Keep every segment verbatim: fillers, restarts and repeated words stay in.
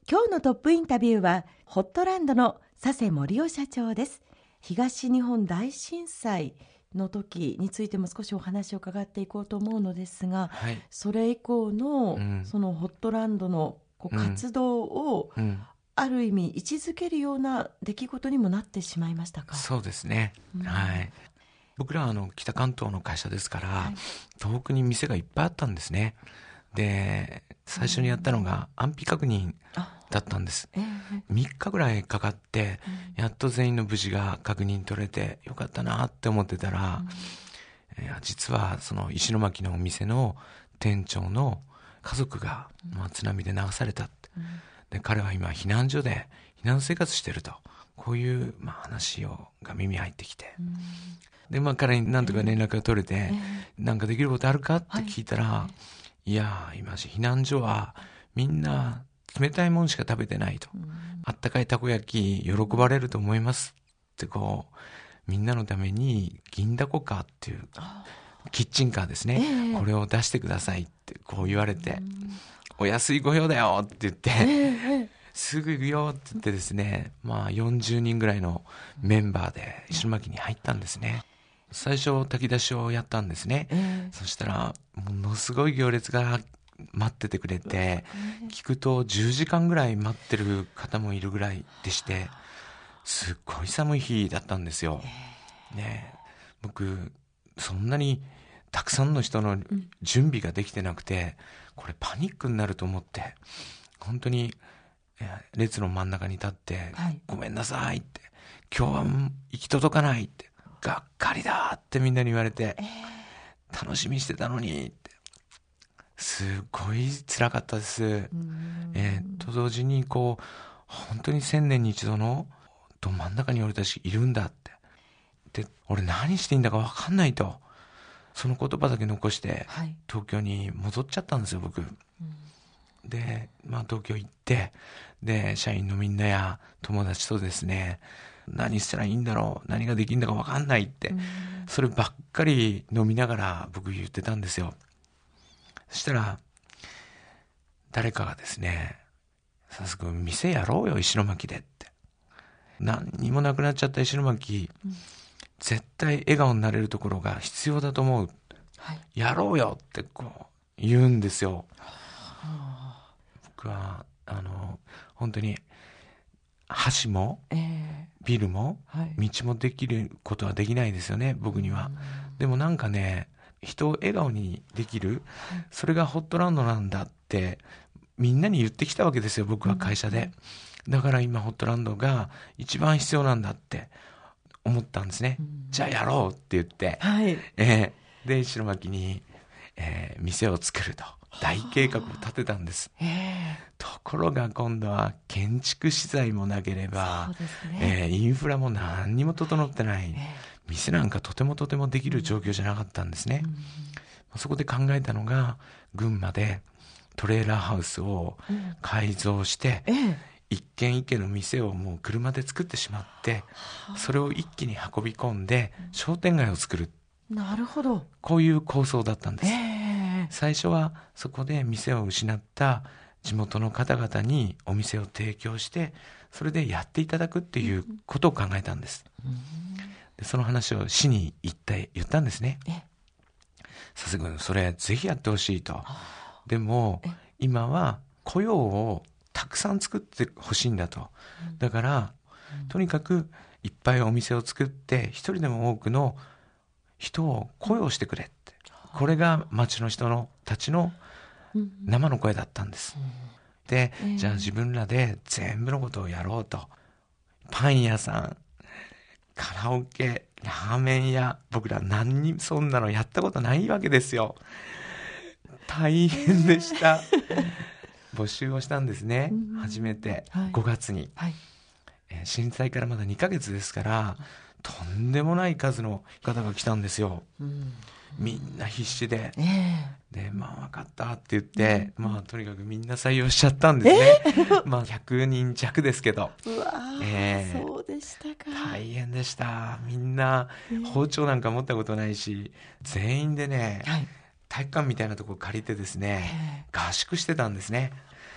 今日のトップインタビューはホットランドの佐世森夫社長です。東日本大震災の時についても少しお話を伺っていこうと思うのですが、はい、それ以降の、うん、そのホットランドのこう活動を、うんうん、ある意味位置づけるような出来事にもなってしまいましたか？ そうですね、うん、はい。僕らはあの北関東の会社ですから、はい、東北に店がいっぱいあったんですね。で最初にやったのが安否確認だったんです、えー、みっかぐらいかかって、やっと全員の無事が確認取れてよかったなって思ってたら、うん、いや実はその石巻のお店の店長の家族が、まあ、津波で流されたって、うん、で彼は今避難所で避難生活してると、こういう、まあ、話をが耳入ってきて、うん、で、まあ、彼に何とか連絡が取れて、えー、なんかできることあるかって聞いたら、はい、いや今避難所はみんな冷たいものしか食べてないと、うん、あったかいたこ焼き喜ばれると思いますってこうみんなのために銀だこカーっていうキッチンカーですね、えー、これを出してくださいってこう言われて、うん、お安いご用だよって言って、えー、すぐ行くよって言ってですね、まあよんじゅうにんぐらいのメンバーで石巻に入ったんですね。最初炊き出しをやったんですね、えー、そしたらものすごい行列が待っててくれて、えー、聞くとじゅうじかんぐらい待ってる方もいるぐらいでして、すっごい寒い日だったんですよ、えー、ね、僕そんなにたくさんの人の準備ができてなくて、これパニックになると思って、本当に列の真ん中に立って、はい、ごめんなさいって、今日は行き届かないって、がっかりだってみんなに言われて、えー、楽しみにしてたのにって、すごい辛かったです、えー、と同時にこう本当に千年に一度のど真ん中に俺たちいるんだって、で俺何していいんだか分かんないと、その言葉だけ残して東京に戻っちゃったんですよ僕、うん、で、まあ、東京行って、で社員のみんなや友達とですね、何したらいいんだろう、何ができるんだか分かんないって、うん、そればっかり飲みながら僕言ってたんですよ。そしたら誰かがですね、早速店やろうよ石巻でって、何にもなくなっちゃった石巻、うん、絶対笑顔になれるところが必要だと思う、はい、やろうよってこう言うんですよ、はあ、僕はあの本当に橋も、えー、ビルも、はい、道もできることはできないですよね僕には。でもなんかね、人を笑顔にできる、はい、それがホットランドなんだってみんなに言ってきたわけですよ僕は会社で、うん、だから今ホットランドが一番必要なんだって思ったんですね、うん、じゃあやろうって言って、はい、えー、で石巻に、えー、店を作ると大計画を立てたんです、えー、ところが今度は建築資材もなければ、そうですね、えー、インフラも何にも整ってない、はい、えー、店なんかとてもとてもできる状況じゃなかったんですね、うん、そこで考えたのが群馬でトレーラーハウスを改造して、うん、えー、一軒一軒の店をもう車で作ってしまって、それを一気に運び込んで商店街を作る、 なるほど、 こういう構想だったんです、 えー、 最初はそこで店を失った地元の方々にお店を提供して、それでやっていただくっていうことを考えたんです、うん、でその話を市に言った言ったんですね。さすがにそれぜひやってほしいと。でも今は雇用をたくさん作ってほしいんだと。だから、うん、とにかくいっぱいお店を作って一人でも多くの人を雇用してくれって、うん、これが町の人のたちの生の声だったんです、うん、で、えー、じゃあ自分らで全部のことをやろうと。パン屋さん、カラオケ、ラーメン屋、僕ら何にそんなのやったことないわけですよ。大変でした、えー、募集をしたんですね、うん、初めて、はい、ごがつに、はい、えー、震災からまだにかげつですから、とんでもない数の方が来たんですよ、うん、みんな必死で、えー、でまあ分かったって言って、うん、まあとにかくみんな採用しちゃったんですね、えー、まあひゃくにん弱ですけど、 うわ、えー、そうでしたか。 大変でした。みんな包丁なんか持ったことないし、全員でね、はい、体育館みたいなところ借りてですね、合宿してたんですね。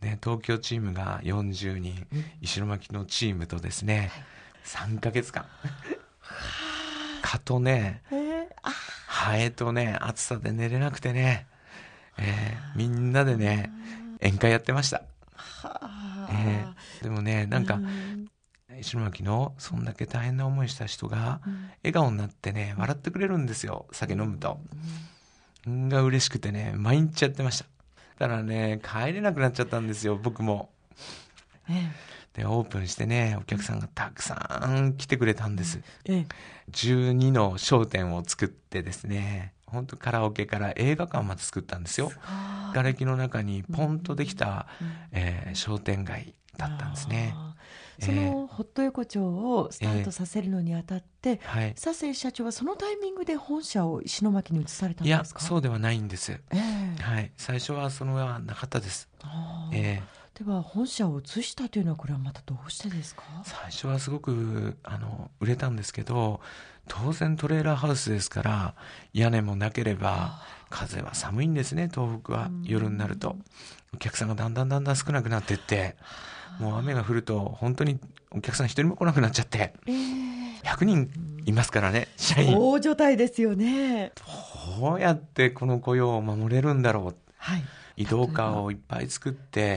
で東京チームがよんじゅうにん、うん、石巻のチームとですね、はい、さんかげつかん蚊とね、えー、ハエとね、暑さで寝れなくてね、えー、みんなでね宴会やってました。えー、でもね、なんか石巻のそんだけ大変な思いした人が笑顔になってね、笑ってくれるんですよ、酒飲むと。んが嬉しくてね、毎日やってました。だからね、帰れなくなっちゃったんですよ、僕も。でオープンしてね、お客さんがたくさん来てくれたんです。じゅうにの商店を作ってですね、本当カラオケから映画館まで作ったんですよ。瓦礫の中にポンとできた、えー、商店街だったんですね。 そのホット横丁をスタートさせるのにあたって、 えーはい、 佐世社長はそのタイミングで本社を石巻に移されたんですか？ いや、そうではないんです、えーはい、最初はそのはなかったです。 えー、では本社を移したというのはこれはまたどうしてですか？ 最初はすごくあの売れたんですけど、当然トレーラーハウスですから屋根もなければ風は寒いんですね、東北は。夜になるとお客さんがだんだんだんだん少なくなっていって、もう雨が降ると本当にお客さん一人も来なくなっちゃって、えー、ひゃくにんいますからね、社員。 大所帯ですよね。 どうやってこの雇用を守れるんだろう、はい、移動カーをいっぱい作って、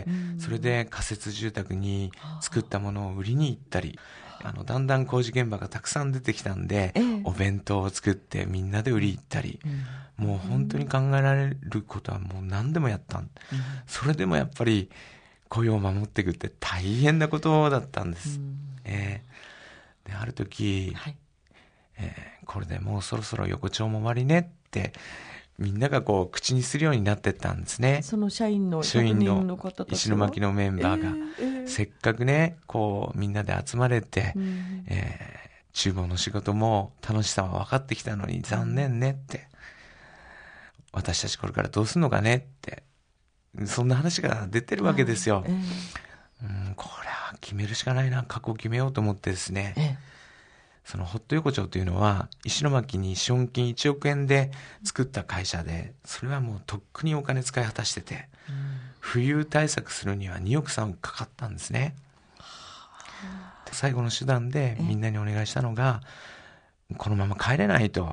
それで仮設住宅に作ったものを売りに行ったり、あのだんだん工事現場がたくさん出てきたんで、ええ、お弁当を作ってみんなで売り行ったり、うん、もう本当に考えられることはもう何でもやった、うん、それでもやっぱり雇用を守っていくって大変なことだったんです、うん、えー、である時、はい、えー、これでもうそろそろ横丁も終わりねってみんながこう口にするようになってったんですね。 その社員のひゃくにんの方たちは、 石巻のメンバーが、えーえー、せっかくねこうみんなで集まれて、うん、えー、厨房の仕事も楽しさは分かってきたのに残念ねって、私たちこれからどうすんのかねって、そんな話が出てるわけですよ、えーうん、これは決めるしかないな、覚悟を決めようと思ってですね、えーそのホット横丁というのは石巻に資本金いちおくえんで作った会社で、それはもうとっくにお金使い果たしてて、うん、冬対策するにはにおくさんおくかかったんですね。最後の手段でみんなにお願いしたのが、このまま帰れないと、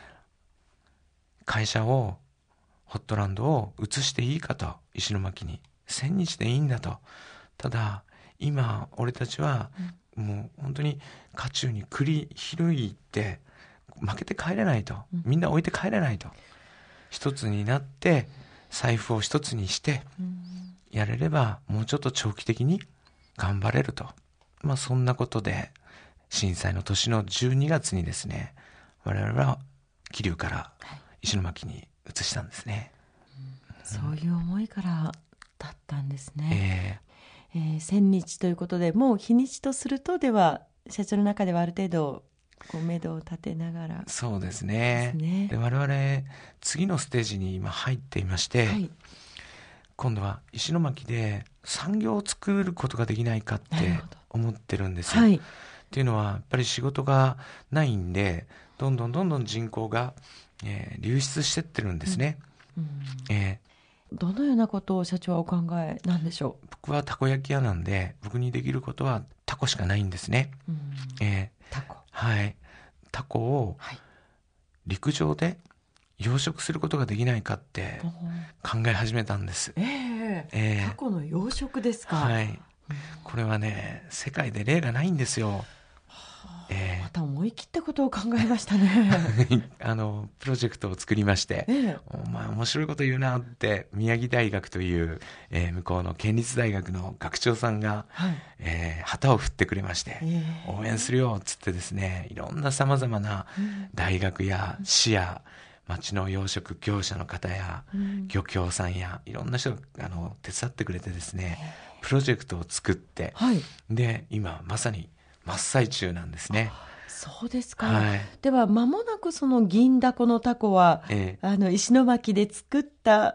会社をホットランドを移していいかと、石巻にせんにちでいいんだと。ただ今俺たちは、うん、もう本当に渦中に栗拾いって負けて帰れないと、みんな置いて帰れないと、一つになって財布を一つにしてやれればもうちょっと長期的に頑張れると、まあそんなことで震災の年のじゅうにがつにですね、我々は桐生から石巻に移したんですね、 うん、そういう思いからだったんですね、えーえー、千日ということで、もう日にちとすると、では社長の中ではある程度こう目処を立てながら。 そうですね。ですね。で我々次のステージに今入っていまして、はい、今度は石巻で産業を作ることができないかって思ってるんですよ、はい、っていうのはやっぱり仕事がないんで、どんどんどんどん人口が、えー、流出してってるんですね、うんうん、えーどのようなことを社長はお考えなんでしょう。 僕はたこ焼き屋なんで、僕にできることはタコしかないんですね、うん、えー、 タコ、 はい、タコを陸上で養殖することができないかって考え始めたんです、 えーえー、タコの養殖ですか。 はい、これはね世界で例がないんですよ。 えー、また思い切ったことを考えましたねあのプロジェクトを作りまして、えー、お前面白いこと言うなって宮城大学という、えー、向こうの県立大学の学長さんが、はいえー、旗を振ってくれまして、えー、応援するよっつってですね、いろんなさまざまな大学や市や町の養殖業者の方や、うん、漁協さんやいろんな人があの手伝ってくれてですね、プロジェクトを作って、はい、で今まさに真っ最中なんですね。 そうですか、はい、では間もなくその銀だこのタコは、ええ、あの石巻で作った、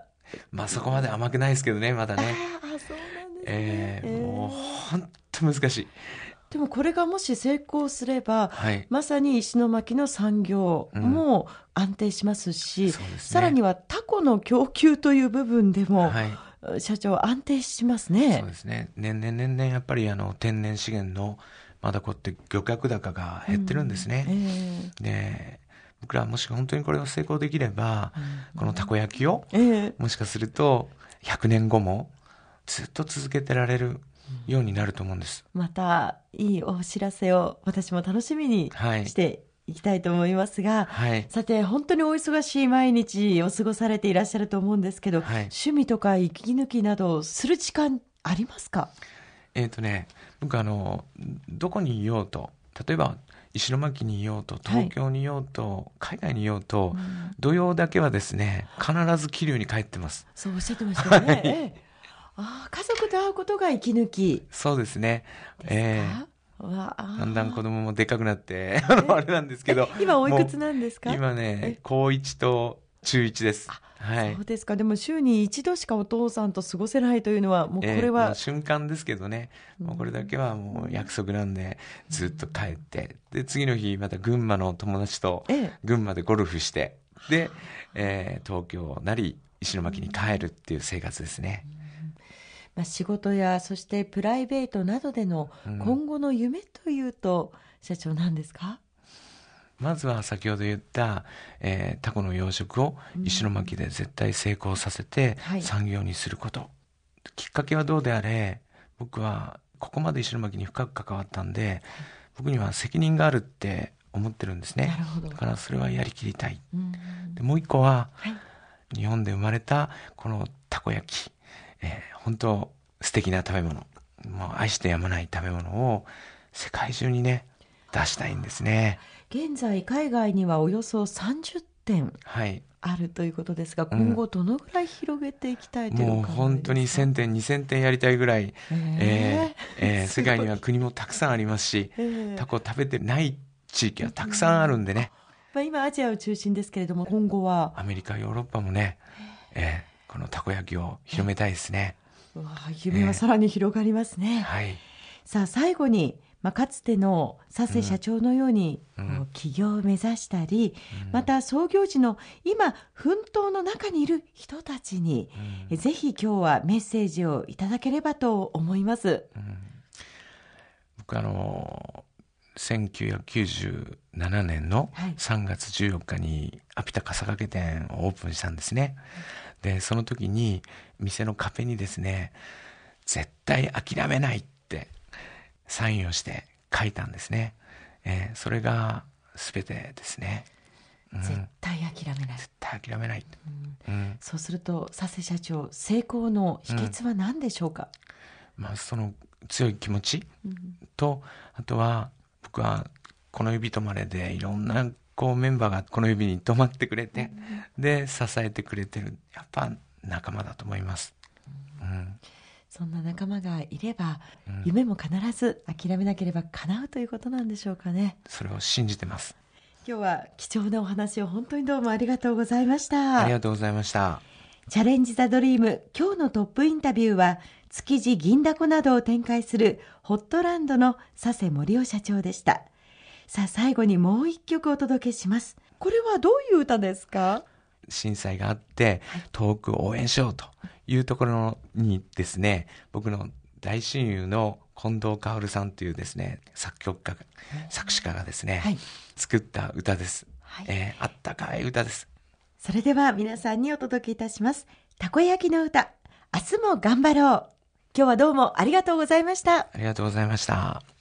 まあそこまで甘くないですけどね、まだね。 ああそうなんですね、 えー、もう本当難しい。 でもこれがもし成功すれば、はい、まさに石巻の産業も安定しますし、うん、そうですね、さらにはタコの供給という部分でも、はい、 社長安定しますね。 そうですね。年々年々やっぱりあの天然資源のマダコって漁獲高が減ってるんですね。うんえー、で僕らもし本当にこれを成功できれば、うん、このたこ焼きを、えー、もしかするとひゃくねんごもずっと続けてられるようになると思うんです。 またいいお知らせを私も楽しみにしていきたいと思いますが、はい、さて本当にお忙しい毎日を過ごされていらっしゃると思うんですけど、はい、趣味とか息抜きなどする時間ありますか？ えーとね、僕あのどこにいようと、例えば石巻にいようと東京にいようと、はい、海外にいようと、うん、土曜だけはですね必ず桐生に帰ってます。 そうおっしゃってましたよね、はいええ、あ家族と会うことが息抜き。 そうですね。えー、わだんだん子供もでかくなってあれなんですけど、 今おいくつなんですか？ 今ね高いちと中いちです。はい、 そうですか。でも週に一度しかお父さんと過ごせないというのはもうこれは、 えー、瞬間ですけどね、うん、もうこれだけはもう約束なんでずっと帰って、で次の日また群馬の友達と群馬でゴルフして、ええ、で、えー、東京なり石巻に帰るっていう生活ですね。 まあ、仕事やそしてプライベートなどでの今後の夢というと、うん、社長何ですか？ まずは先ほど言った、えー、タコの養殖を石巻で絶対成功させて産業にすること、はい、きっかけはどうであれ僕はここまで石巻に深く関わったんで、はい、僕には責任があるって思ってるんですね。 なるほど。 だからそれはやりきりたい。うんでもう一個は、はい、日本で生まれたこのたこ焼き、えー、本当素敵な食べ物、もう愛してやまない食べ物を世界中にね出したいんですね。 現在海外にはおよそさんじゅってんあるということですが、はい、今後どのぐらい広げていきたいというお考えですか？ もう本当にせんてんにせんてんやりたいぐらい、えーえーえー、世界には国もたくさんありますし、えー、タコ食べてない地域はたくさんあるんでね、 まあ、今アジアを中心ですけれども今後はアメリカヨーロッパもね、えー、このたこ焼きを広めたいですね。 うわ夢はさらに広がりますね、えーはい、さあ最後にまあ、かつての佐世社長のように、うん、起業を目指したり、うん、また創業時の今奮闘の中にいる人たちに、うん、ぜひ今日はメッセージをいただければと思います、うん、 僕あのせんきゅうひゃくきゅうじゅうななねんのさんがつじゅうよっかにアピタ笠掛店をオープンしたんですね。でその時に店の壁にですね絶対諦めないってサインをして書いたんですね、えー、それが全てですね、 うん、絶対諦めない絶対諦めない、 うんうん、そうすると佐世社長成功の秘訣は何でしょうか？ うんまあ、その強い気持ちと、あとは僕はこの指止まれでいろんなこうメンバーがこの指に止まってくれて、うん、で支えてくれてるやっぱ仲間だと思います、うんうんそんな仲間がいれば、うん、夢も必ず諦めなければ叶うということなんでしょうかね。 それを信じてます。 今日は貴重なお話を本当にどうもありがとうございました。 ありがとうございました。 チャレンジザドリーム今日のトップインタビューは築地銀だこなどを展開するホットランドの佐世盛夫社長でした。さあ最後にもう一曲お届けします。これはどういう歌ですか？ 震災があって遠く応援しようというところにですね、僕の大親友の近藤薫さんというですね作曲家作詞家がですね、はい、作った歌です、はいえー、あったかい歌です。 それでは皆さんにお届けいたしますたこ焼きの歌、明日も頑張ろう。今日はどうもありがとうございました。 ありがとうございました。